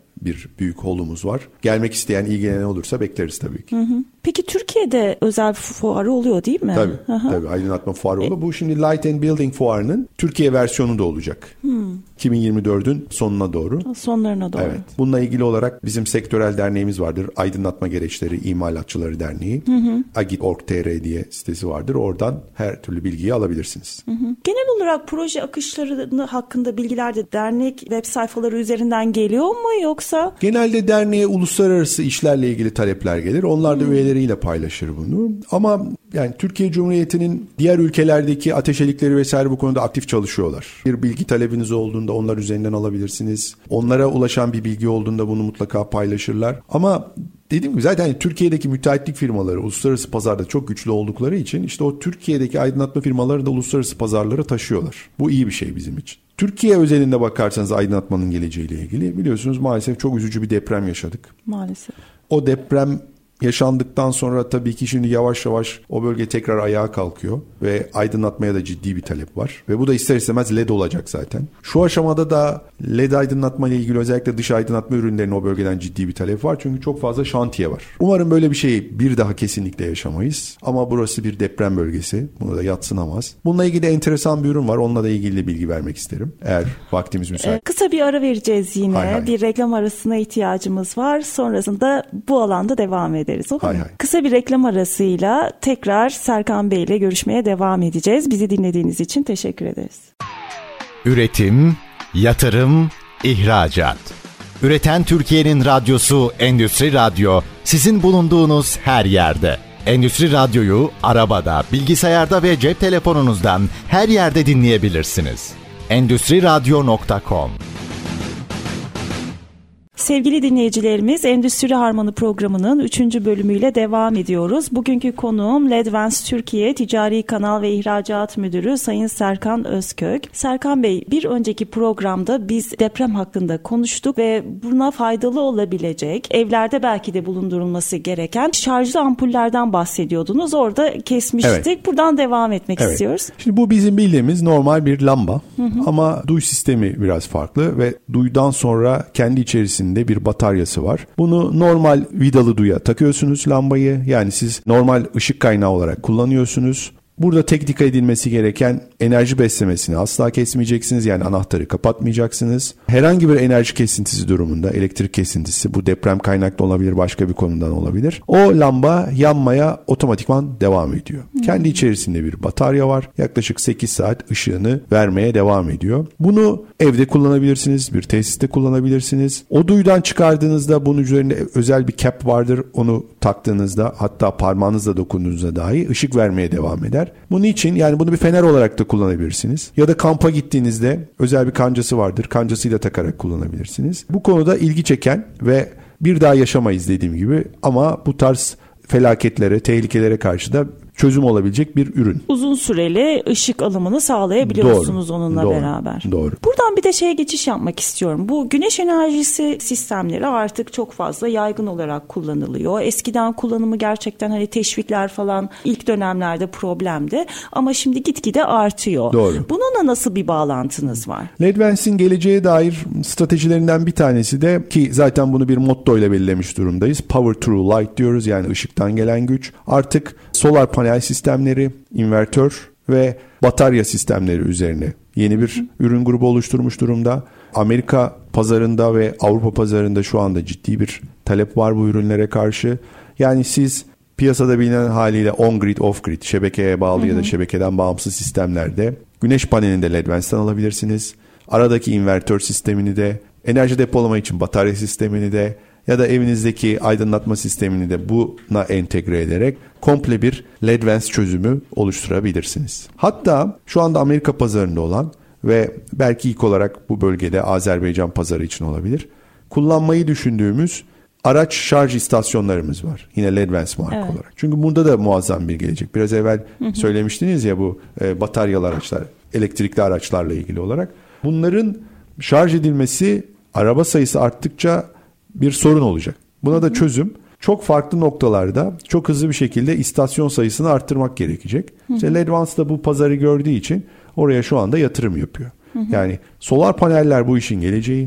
S4: bir büyük holumuz var. Gelmek isteyen, ilgilenen olursa bekleriz tabii ki.
S3: Hı hı. Peki Türkiye'de özel fuarı oluyor değil mi?
S4: Tabii.
S3: Aha.
S4: Tabii aydınlatma fuarı oluyor. Bu şimdi Light and Building fuarının Türkiye versiyonu da olacak. Hmm. iki bin yirmi dördün sonuna doğru.
S3: Sonlarına doğru.
S4: Evet. Bununla ilgili olarak bizim sektörel derneğimiz vardır. Aydınlatma Gereçleri İmalatçıları Derneği. Hı hı. agit nokta org nokta tr diye sitesi vardır. Oradan her türlü bilgiyi alabilirsiniz.
S3: Hı hı. Genel olarak proje akışları hakkında bilgiler de dernek web sayfaları üzerinden geliyor mu yoksa?
S4: Genelde derneğe uluslararası işlerle ilgili talepler gelir. Onlar da hmm. üyeleriyle paylaşır bunu. Ama yani Türkiye Cumhuriyeti'nin diğer ülkelerdeki ateşelikleri vesaire bu konuda aktif çalışıyorlar. Bir bilgi talebiniz olduğunda onlar üzerinden alabilirsiniz. Onlara ulaşan bir bilgi olduğunda bunu mutlaka paylaşırlar. Ama dediğim gibi zaten Türkiye'deki müteahhitlik firmaları uluslararası pazarda çok güçlü oldukları için işte o Türkiye'deki aydınlatma firmaları da uluslararası pazarlara taşıyorlar. Bu iyi bir şey bizim için. Türkiye özelinde bakarsanız aydınlatmanın geleceğiyle ilgili biliyorsunuz maalesef çok üzücü bir deprem yaşadık.
S3: Maalesef.
S4: O deprem yaşandıktan sonra tabii ki şimdi yavaş yavaş o bölge tekrar ayağa kalkıyor ve aydınlatmaya da ciddi bir talep var. Ve bu da ister istemez L E D olacak zaten. Şu aşamada da L E D aydınlatma ile ilgili özellikle dış aydınlatma ürünlerine o bölgeden ciddi bir talep var. Çünkü çok fazla şantiye var. Umarım böyle bir şeyi bir daha kesinlikle yaşamayız. Ama burası bir deprem bölgesi. Bunu da yadsınamaz. Bununla ilgili enteresan bir ürün var. Onunla da ilgili bilgi vermek isterim. Eğer vaktimiz müsait.
S3: Ee, kısa bir ara vereceğiz yine.
S4: Hay hay.
S3: Bir reklam arasına ihtiyacımız var. Sonrasında bu alanda devam ederiz.
S4: Hay hay.
S3: Kısa bir reklam arasıyla tekrar Serkan Bey ile görüşmeye devam edeceğiz. Bizi dinlediğiniz için teşekkür ederiz.
S1: Üretim, yatırım, ihracat. Üreten Türkiye'nin radyosu Endüstri Radyo sizin bulunduğunuz her yerde. Endüstri Radyo'yu arabada, bilgisayarda ve cep telefonunuzdan her yerde dinleyebilirsiniz. endüstri radyo nokta com.
S3: Sevgili dinleyicilerimiz, Endüstri Harmanı programının üçüncü bölümüyle devam ediyoruz. Bugünkü konuğum Ledvance Türkiye Ticari Kanal ve İhracat Müdürü Sayın Serkan Özkök. Serkan Bey, bir önceki programda biz deprem hakkında konuştuk ve buna faydalı olabilecek, evlerde belki de bulundurulması gereken şarjlı ampullerden bahsediyordunuz. Orada kesmiştik. Evet. Buradan devam etmek evet. istiyoruz.
S4: Şimdi bu bizim bildiğimiz normal bir lamba hı hı. ama duy sistemi biraz farklı ve duydan sonra kendi içerisinde bir bataryası var. Bunu normal vidalı duya takıyorsunuz lambayı. Yani siz normal ışık kaynağı olarak kullanıyorsunuz. Burada tek dikkat edilmesi gereken enerji beslemesini asla kesmeyeceksiniz. Yani anahtarı kapatmayacaksınız. Herhangi bir enerji kesintisi durumunda, elektrik kesintisi, bu deprem kaynaklı olabilir, başka bir konudan olabilir. O lamba yanmaya otomatikman devam ediyor. Hmm. Kendi içerisinde bir batarya var. Yaklaşık sekiz saat ışığını vermeye devam ediyor. Bunu evde kullanabilirsiniz, bir tesiste kullanabilirsiniz. O duyudan çıkardığınızda bunun üzerinde özel bir cap vardır. Onu taktığınızda, hatta parmağınızla dokunduğunuzda dahi ışık vermeye devam eder. Bunun için yani bunu bir fener olarak da kullanabilirsiniz. Ya da kampa gittiğinizde özel bir kancası vardır. Kancasıyla takarak kullanabilirsiniz. Bu konuda ilgi çeken ve bir daha yaşamayız dediğim gibi ama bu tarz felaketlere, tehlikelere karşı da çözüm olabilecek bir ürün.
S3: Uzun süreli ışık alımını sağlayabiliyorsunuz doğru, onunla
S4: doğru,
S3: beraber.
S4: Doğru.
S3: Buradan bir de şeye geçiş yapmak istiyorum. Bu güneş enerjisi sistemleri artık çok fazla yaygın olarak kullanılıyor. Eskiden kullanımı gerçekten hani teşvikler falan ilk dönemlerde problemdi. Ama şimdi gitgide artıyor.
S4: Doğru.
S3: Bununla nasıl bir bağlantınız var?
S4: Ledvance'in geleceğe dair stratejilerinden bir tanesi de ki zaten bunu bir motto ile belirlemiş durumdayız. Power through light diyoruz, yani ışıktan gelen güç. Artık solar panel sistemleri, invertör ve batarya sistemleri üzerine yeni bir ürün grubu oluşturmuş durumda. Amerika pazarında ve Avrupa pazarında şu anda ciddi bir talep var bu ürünlere karşı. Yani siz piyasada bilinen haliyle on-grid, off-grid, şebekeye bağlı hı hı. ya da şebekeden bağımsız sistemlerde güneş panelini de Ledvance'den alabilirsiniz. Aradaki invertör sistemini de, enerji depolama için batarya sistemini de ya da evinizdeki aydınlatma sistemini de buna entegre ederek komple bir Ledvance çözümü oluşturabilirsiniz. Hatta şu anda Amerika pazarında olan ve belki ilk olarak bu bölgede Azerbaycan pazarı için olabilir, kullanmayı düşündüğümüz araç şarj istasyonlarımız var. Yine Ledvance marka evet. olarak. Çünkü bunda da muazzam bir gelecek. Biraz evvel hı hı. söylemiştiniz ya bu e, bataryalı araçlar, elektrikli araçlarla ilgili olarak. Bunların şarj edilmesi araba sayısı arttıkça bir sorun olacak. Buna hı hı. da çözüm çok farklı noktalarda çok hızlı bir şekilde istasyon sayısını arttırmak gerekecek. Hı hı. İşte Ledvance da bu pazarı gördüğü için oraya şu anda yatırım yapıyor. Hı hı. Yani solar paneller bu işin geleceği.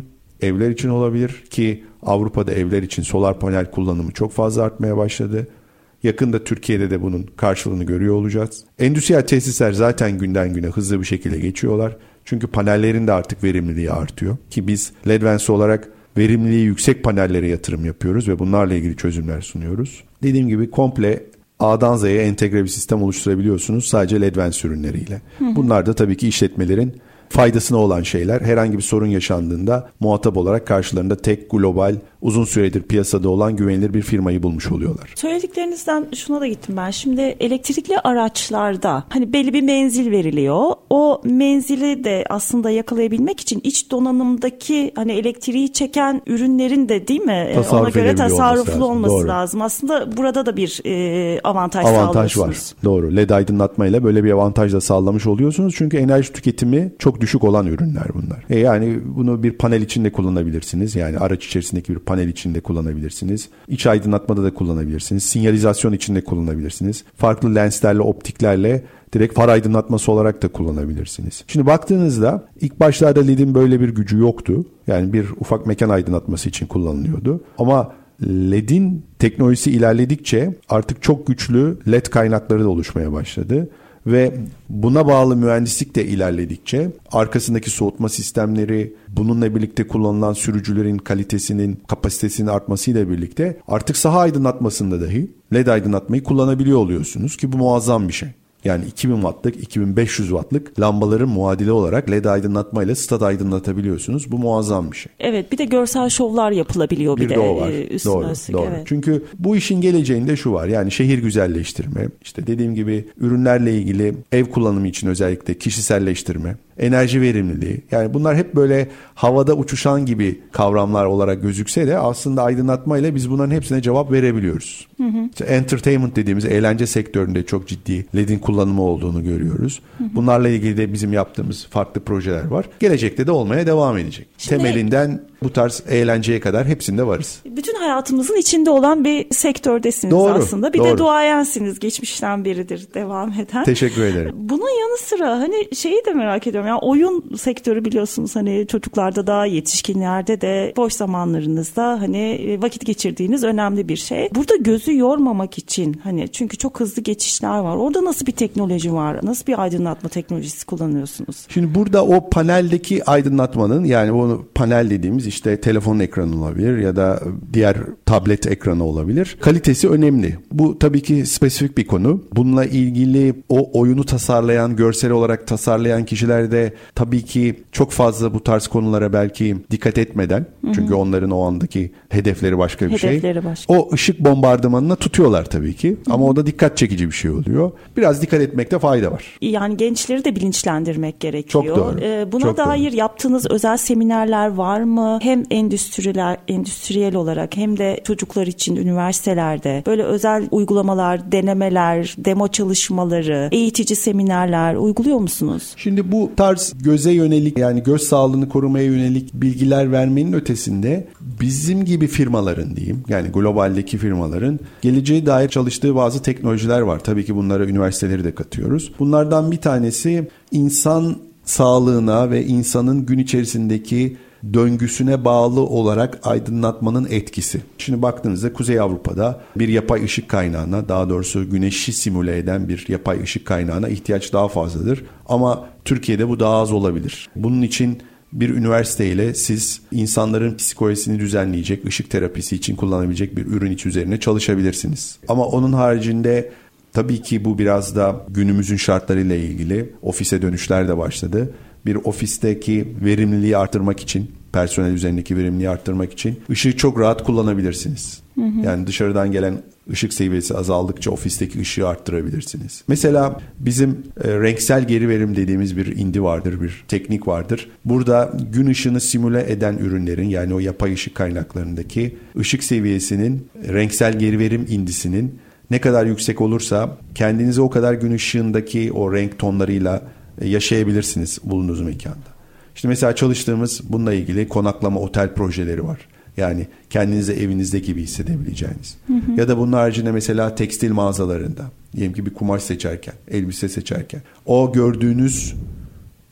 S4: evler için olabilir ki Avrupa'da evler için solar panel kullanımı çok fazla artmaya başladı. Yakında Türkiye'de de bunun karşılığını görüyor olacağız. Endüstriyel tesisler zaten günden güne hızlı bir şekilde geçiyorlar. Çünkü panellerin de artık verimliliği artıyor. Ki biz Ledvance olarak verimliliği yüksek panellere yatırım yapıyoruz ve bunlarla ilgili çözümler sunuyoruz. Dediğim gibi komple A'dan Z'ye entegre bir sistem oluşturabiliyorsunuz sadece Ledvance ürünleriyle. Hı hı. Bunlar da tabii ki işletmelerin faydasına olan şeyler. Herhangi bir sorun yaşandığında muhatap olarak karşılarında tek, global, uzun süredir piyasada olan güvenilir bir firmayı bulmuş oluyorlar.
S3: Söylediklerinizden şuna da gittim ben. Şimdi elektrikli araçlarda hani belli bir menzil veriliyor. O menzili de aslında yakalayabilmek için iç donanımdaki hani elektriği çeken ürünlerin de değil mi?
S4: Tasarruf
S3: Ona göre tasarruflu
S4: olması,
S3: olması
S4: lazım.
S3: lazım. Aslında burada da bir e, avantaj,
S4: avantaj
S3: sağlıyorsunuz.
S4: var. Doğru. L E D aydınlatmayla böyle bir avantaj da sağlamış oluyorsunuz. Çünkü enerji tüketimi çok düşük olan ürünler bunlar. E yani bunu bir panel içinde kullanabilirsiniz. Yani araç içerisindeki bir panel içinde kullanabilirsiniz. İç aydınlatmada da kullanabilirsiniz. Sinyalizasyon içinde kullanabilirsiniz. Farklı lenslerle, optiklerle direkt far aydınlatması olarak da kullanabilirsiniz. Şimdi baktığınızda ilk başlarda L E D'in böyle bir gücü yoktu. Yani bir ufak mekan aydınlatması için kullanılıyordu. Ama L E D'in teknolojisi ilerledikçe artık çok güçlü L E D kaynakları da oluşmaya başladı. Ve buna bağlı mühendislik de ilerledikçe arkasındaki soğutma sistemleri, bununla birlikte kullanılan sürücülerin kalitesinin, kapasitesinin artmasıyla birlikte artık saha aydınlatmasında dahi L E D aydınlatmayı kullanabiliyor oluyorsunuz ki bu muazzam bir şey. Yani iki bin wattlık, iki bin beş yüz wattlık lambaların muadili olarak L E D aydınlatmayla stad aydınlatabiliyorsunuz. Bu muazzam bir şey.
S3: Evet, bir de görsel şovlar yapılabiliyor bir,
S4: bir
S3: de.
S4: de o var.
S3: E,
S4: doğru,
S3: üstüne
S4: doğru.
S3: Evet.
S4: Çünkü bu işin geleceğinde şu var. Yani şehir güzelleştirme, işte dediğim gibi ürünlerle ilgili ev kullanımı için özellikle kişiselleştirme, enerji verimliliği. Yani bunlar hep böyle havada uçuşan gibi kavramlar olarak gözükse de aslında aydınlatmayla biz bunların hepsine cevap verebiliyoruz. Hı hı. İşte entertainment dediğimiz eğlence sektöründe çok ciddi L E D'in kullanımı olduğunu görüyoruz. Hı hı. Bunlarla ilgili de bizim yaptığımız farklı projeler var. Gelecekte de olmaya devam edecek. Şimdi, temelinden bu tarz eğlenceye kadar hepsinde varız.
S3: Bütün hayatımızın içinde olan bir sektördesiniz doğru, aslında. Bir doğru. de duayensiniz. Geçmişten beridir devam eden.
S4: Teşekkür ederim.
S3: Bunun yanı sıra hani şeyi de merak ediyorum. Yani oyun sektörü biliyorsunuz hani çocuklarda da yetişkinlerde de boş zamanlarınızda hani vakit geçirdiğiniz önemli bir şey. Burada gözü yormamak için hani çünkü çok hızlı geçişler var. Orada nasıl bir teknoloji var? Nasıl bir aydınlatma teknolojisi kullanıyorsunuz?
S4: Şimdi burada o paneldeki aydınlatmanın yani o panel dediğimiz işte telefon ekranı olabilir ya da diğer tablet ekranı olabilir. Kalitesi önemli. Bu tabii ki spesifik bir konu. Bununla ilgili o oyunu tasarlayan, görsel olarak tasarlayan kişiler de tabii ki çok fazla bu tarz konulara belki dikkat etmeden, hı hı. çünkü onların o andaki hedefleri başka bir
S3: hedefleri
S4: şey.
S3: Başka.
S4: O ışık bombardımanına tutuyorlar tabii ki. Hı hı. Ama o da dikkat çekici bir şey oluyor. Biraz dikkat etmekte fayda var.
S3: Yani gençleri de bilinçlendirmek gerekiyor.
S4: Çok doğru.
S3: Ee, buna
S4: çok
S3: dair
S4: doğru.
S3: yaptığınız özel seminerler var mı? Hem endüstriler, endüstriyel olarak hem de çocuklar için üniversitelerde böyle özel uygulamalar, denemeler, demo çalışmaları, eğitici seminerler uyguluyor musunuz?
S4: Şimdi bu tarz göze yönelik yani göz sağlığını korumaya yönelik bilgiler vermenin ötesinde bizim gibi firmaların diyeyim yani globaldeki firmaların geleceğe dair çalıştığı bazı teknolojiler var. Tabii ki bunlara üniversiteleri de katıyoruz. Bunlardan bir tanesi insan sağlığına ve insanın gün içerisindeki döngüsüne bağlı olarak aydınlatmanın etkisi. Şimdi baktığınızda Kuzey Avrupa'da bir yapay ışık kaynağına, daha doğrusu güneşi simüle eden bir yapay ışık kaynağına ihtiyaç daha fazladır. Ama Türkiye'de bu daha az olabilir. Bunun için bir üniversiteyle siz insanların psikolojisini düzenleyecek, ışık terapisi için kullanabilecek bir ürün içi üzerine çalışabilirsiniz. Ama onun haricinde tabii ki bu biraz da günümüzün şartlarıyla ilgili ofise dönüşler de başladı. Bir ofisteki verimliliği artırmak için, personel üzerindeki verimliliği artırmak için ışığı çok rahat kullanabilirsiniz. Hı hı. Yani dışarıdan gelen ışık seviyesi azaldıkça ofisteki ışığı arttırabilirsiniz. Mesela bizim e, renksel geri verim dediğimiz bir indi vardır, bir teknik vardır. Burada gün ışığını simüle eden ürünlerin yani o yapay ışık kaynaklarındaki ışık seviyesinin renksel geri verim indisinin ne kadar yüksek olursa kendinizi o kadar gün ışığındaki o renk tonlarıyla yaşayabilirsiniz bulunduğunuz mekanda. İşte mesela çalıştığımız bununla ilgili konaklama otel projeleri var. Yani kendinizi evinizde gibi hissedebileceğiniz. Hı hı. Ya da bunun haricinde mesela tekstil mağazalarında diyelim ki bir kumaş seçerken, elbise seçerken o gördüğünüz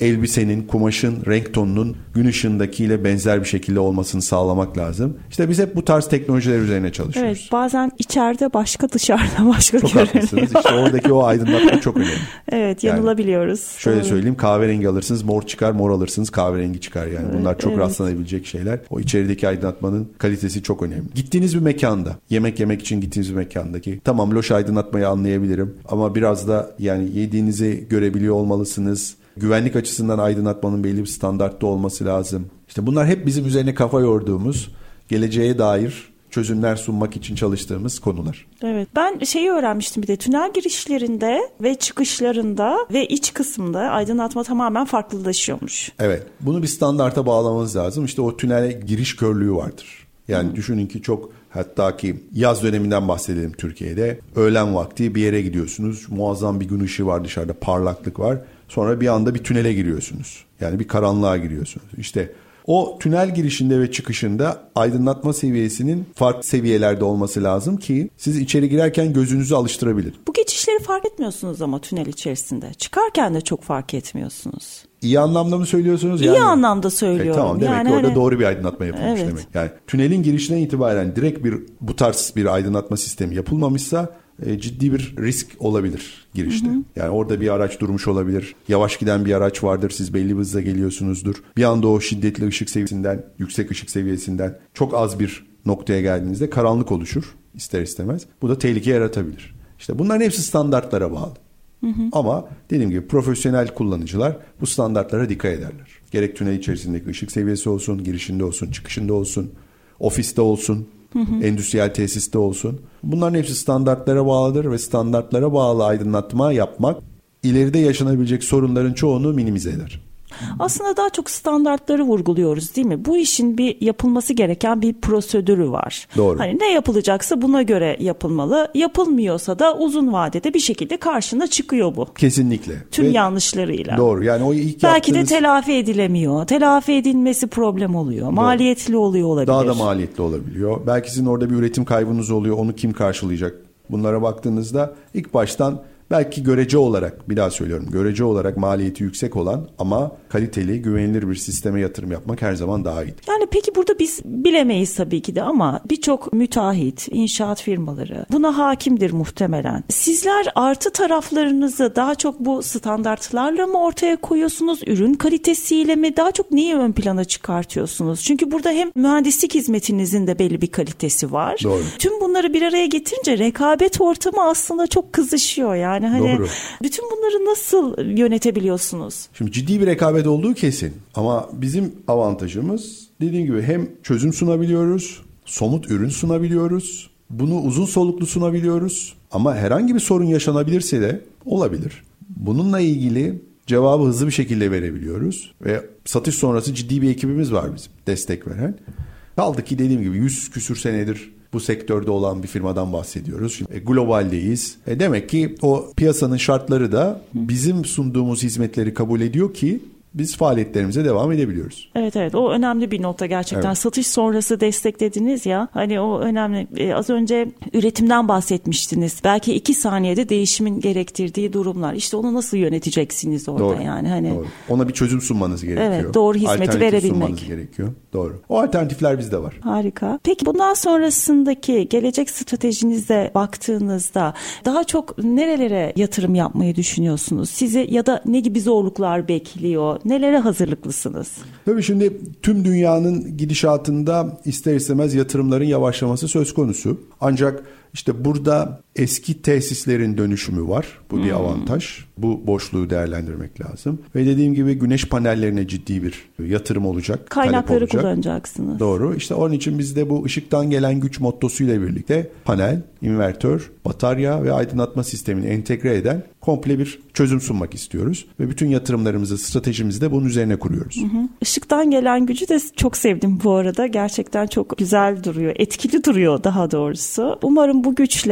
S4: elbisenin, kumaşın, renk tonunun gün ışığındakiyle benzer bir şekilde olmasını sağlamak lazım. İşte biz hep bu tarz teknolojiler üzerine çalışıyoruz.
S3: Evet, bazen içeride başka, dışarıda başka
S4: çok
S3: görünüyor.
S4: haklısınız. İşte oradaki o aydınlatma çok önemli.
S3: Evet, yanılabiliyoruz.
S4: Yani şöyle
S3: evet.
S4: söyleyeyim, kahverengi alırsınız, mor çıkar, mor alırsınız, kahverengi çıkar. Yani evet, bunlar çok evet. rastlanabilecek şeyler. O içerideki aydınlatmanın kalitesi çok önemli. Gittiğiniz bir mekanda, yemek yemek için gittiğiniz bir mekandaki, tamam loş aydınlatmayı anlayabilirim ama biraz da yani yediğinizi görebiliyor olmalısınız. Güvenlik açısından aydınlatmanın belli bir standartta olması lazım. İşte bunlar hep bizim üzerine kafa yorduğumuz, geleceğe dair çözümler sunmak için çalıştığımız konular.
S3: Evet. Ben şeyi öğrenmiştim bir de, tünel girişlerinde ve çıkışlarında ve iç kısımda aydınlatma tamamen farklılaşıyormuş.
S4: Evet. Bunu bir standarta bağlamamız lazım. İşte o tünele giriş körlüğü vardır. Yani hmm. düşünün ki çok, hatta ki yaz döneminden bahsedelim Türkiye'de. Öğlen vakti bir yere gidiyorsunuz. Muazzam bir gün ışığı var dışarıda, parlaklık var. Sonra bir anda bir tünele giriyorsunuz. Yani bir karanlığa giriyorsunuz. İşte o tünel girişinde ve çıkışında aydınlatma seviyesinin farklı seviyelerde olması lazım ki siz içeri girerken gözünüzü alıştırabilir.
S3: Bu geçişleri fark etmiyorsunuz ama tünel içerisinde. Çıkarken de çok fark etmiyorsunuz.
S4: İyi anlamda mı söylüyorsunuz?
S3: İyi
S4: yani,
S3: anlamda söylüyorum.
S4: E, tamam, demek
S3: yani
S4: ki orada
S3: hani,
S4: doğru bir aydınlatma yapılmış
S3: evet.
S4: demek. Yani tünelin girişine itibaren direkt bir bu tarz bir aydınlatma sistemi yapılmamışsa e, ciddi bir risk olabilir girişte. Hı hı. Yani orada bir araç durmuş olabilir. Yavaş giden bir araç vardır. Siz belli bir hızla geliyorsunuzdur. Bir anda o şiddetli ışık seviyesinden, yüksek ışık seviyesinden çok az bir noktaya geldiğinizde karanlık oluşur ister istemez. Bu da tehlike yaratabilir. İşte bunların hepsi standartlara bağlı. Hı hı. Ama dediğim gibi profesyonel kullanıcılar bu standartlara dikkat ederler. Gerek tünel içerisindeki ışık seviyesi olsun, girişinde olsun, çıkışında olsun, ofiste olsun, hı hı. endüstriyel tesiste olsun. Bunların hepsi standartlara bağlıdır ve standartlara bağlı aydınlatma yapmak ileride yaşanabilecek sorunların çoğunu minimize eder.
S3: Aslında daha çok standartları vurguluyoruz değil mi? Bu işin bir yapılması gereken bir prosedürü var.
S4: Doğru.
S3: Hani ne yapılacaksa buna göre yapılmalı. Yapılmıyorsa da uzun vadede bir şekilde karşına çıkıyor bu.
S4: Kesinlikle.
S3: Tüm
S4: Ve
S3: yanlışlarıyla.
S4: Doğru. Yani o ilk
S3: belki
S4: yaptığınız...
S3: de telafi edilemiyor. Telafi edilmesi problem oluyor. Doğru. Maliyetli oluyor olabilir.
S4: Daha da maliyetli olabiliyor. Belki sizin orada bir üretim kaybınız oluyor. Onu kim karşılayacak? Bunlara baktığınızda ilk baştan belki görece olarak, bir daha söylüyorum, görece olarak maliyeti yüksek olan ama kaliteli, güvenilir bir sisteme yatırım yapmak her zaman daha iyidir.
S3: Yani peki burada biz bilemeyiz tabii ki de ama birçok müteahhit, inşaat firmaları buna hakimdir muhtemelen. Sizler artı taraflarınızı daha çok bu standartlarla mı ortaya koyuyorsunuz, ürün kalitesiyle mi, daha çok neyi ön plana çıkartıyorsunuz? Çünkü burada hem mühendislik hizmetinizin de belli bir kalitesi var.
S4: Doğru.
S3: Tüm bunları bir araya getirince rekabet ortamı aslında çok kızışıyor yani. Yani hani
S4: Doğru.
S3: bütün bunları nasıl yönetebiliyorsunuz?
S4: Şimdi ciddi bir rekabet olduğu kesin. Ama bizim avantajımız dediğim gibi hem çözüm sunabiliyoruz, somut ürün sunabiliyoruz, bunu uzun soluklu sunabiliyoruz. Ama herhangi bir sorun yaşanabilirse de olabilir. Bununla ilgili cevabı hızlı bir şekilde verebiliyoruz. Ve satış sonrası ciddi bir ekibimiz var bizim, destek veren. Kaldı ki dediğim gibi yüz küsür senedir bu sektörde olan bir firmadan bahsediyoruz. Şimdi, e, globaldeyiz. E, demek ki o piyasanın şartları da bizim sunduğumuz hizmetleri kabul ediyor ki biz faaliyetlerimize devam edebiliyoruz.
S3: Evet evet, o önemli bir nokta gerçekten. Evet. Satış sonrası destek dediniz ya, hani o önemli. Ee, az önce üretimden bahsetmiştiniz. Belki iki saniyede değişimin gerektirdiği durumlar. İşte onu nasıl yöneteceksiniz orada?
S4: Doğru.
S3: Yani hani.
S4: Doğru. Ona bir çözüm sunmanız gerekiyor.
S3: Evet, doğru hizmeti verebilmek.
S4: Sunmanız gerekiyor. Doğru. O alternatifler bizde var.
S3: Harika. Peki bundan sonrasındaki gelecek stratejinize baktığınızda daha çok nerelere yatırım yapmayı düşünüyorsunuz? Sizi ya da ne gibi zorluklar bekliyor? Nelere hazırlıklısınız?
S4: Tabii şimdi tüm dünyanın gidişatında ister istemez yatırımların yavaşlaması söz konusu. Ancak işte burada eski tesislerin dönüşümü var. Bu hmm. bir avantaj. Bu boşluğu değerlendirmek lazım. Ve dediğim gibi güneş panellerine ciddi bir yatırım olacak.
S3: Kaynakları
S4: olacak.
S3: kullanacaksınız.
S4: Doğru. İşte onun için biz de bu ışıktan gelen güç mottosuyla birlikte panel, invertör, batarya ve aydınlatma sistemini entegre eden komple bir çözüm sunmak istiyoruz. Ve bütün yatırımlarımızı, stratejimizi de bunun üzerine kuruyoruz. Hı hı.
S3: Işıktan gelen gücü de çok sevdim bu arada. Gerçekten çok güzel duruyor. Etkili duruyor daha doğrusu. Umarım bu güçle daha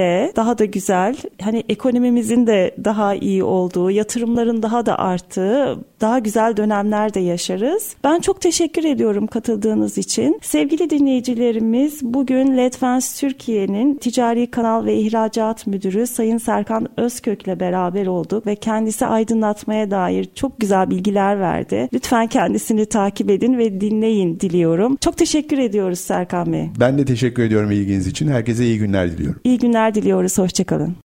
S3: daha da güzel, hani ekonomimizin de daha iyi olduğu, yatırımların daha da arttığı, daha güzel dönemler de yaşarız. Ben çok teşekkür ediyorum katıldığınız için. Sevgili dinleyicilerimiz, bugün Ledvance Türkiye'nin Ticari Kanal ve İhracat Müdürü Sayın Serkan Özkök'le beraber olduk ve kendisi aydınlatmaya dair çok güzel bilgiler verdi. Lütfen kendisini takip edin ve dinleyin diliyorum. Çok teşekkür ediyoruz Serkan Bey.
S4: Ben de teşekkür ediyorum ilginiz için. Herkese iyi günler diliyorum.
S3: İyi günler diliyoruz. Hoşçakalın.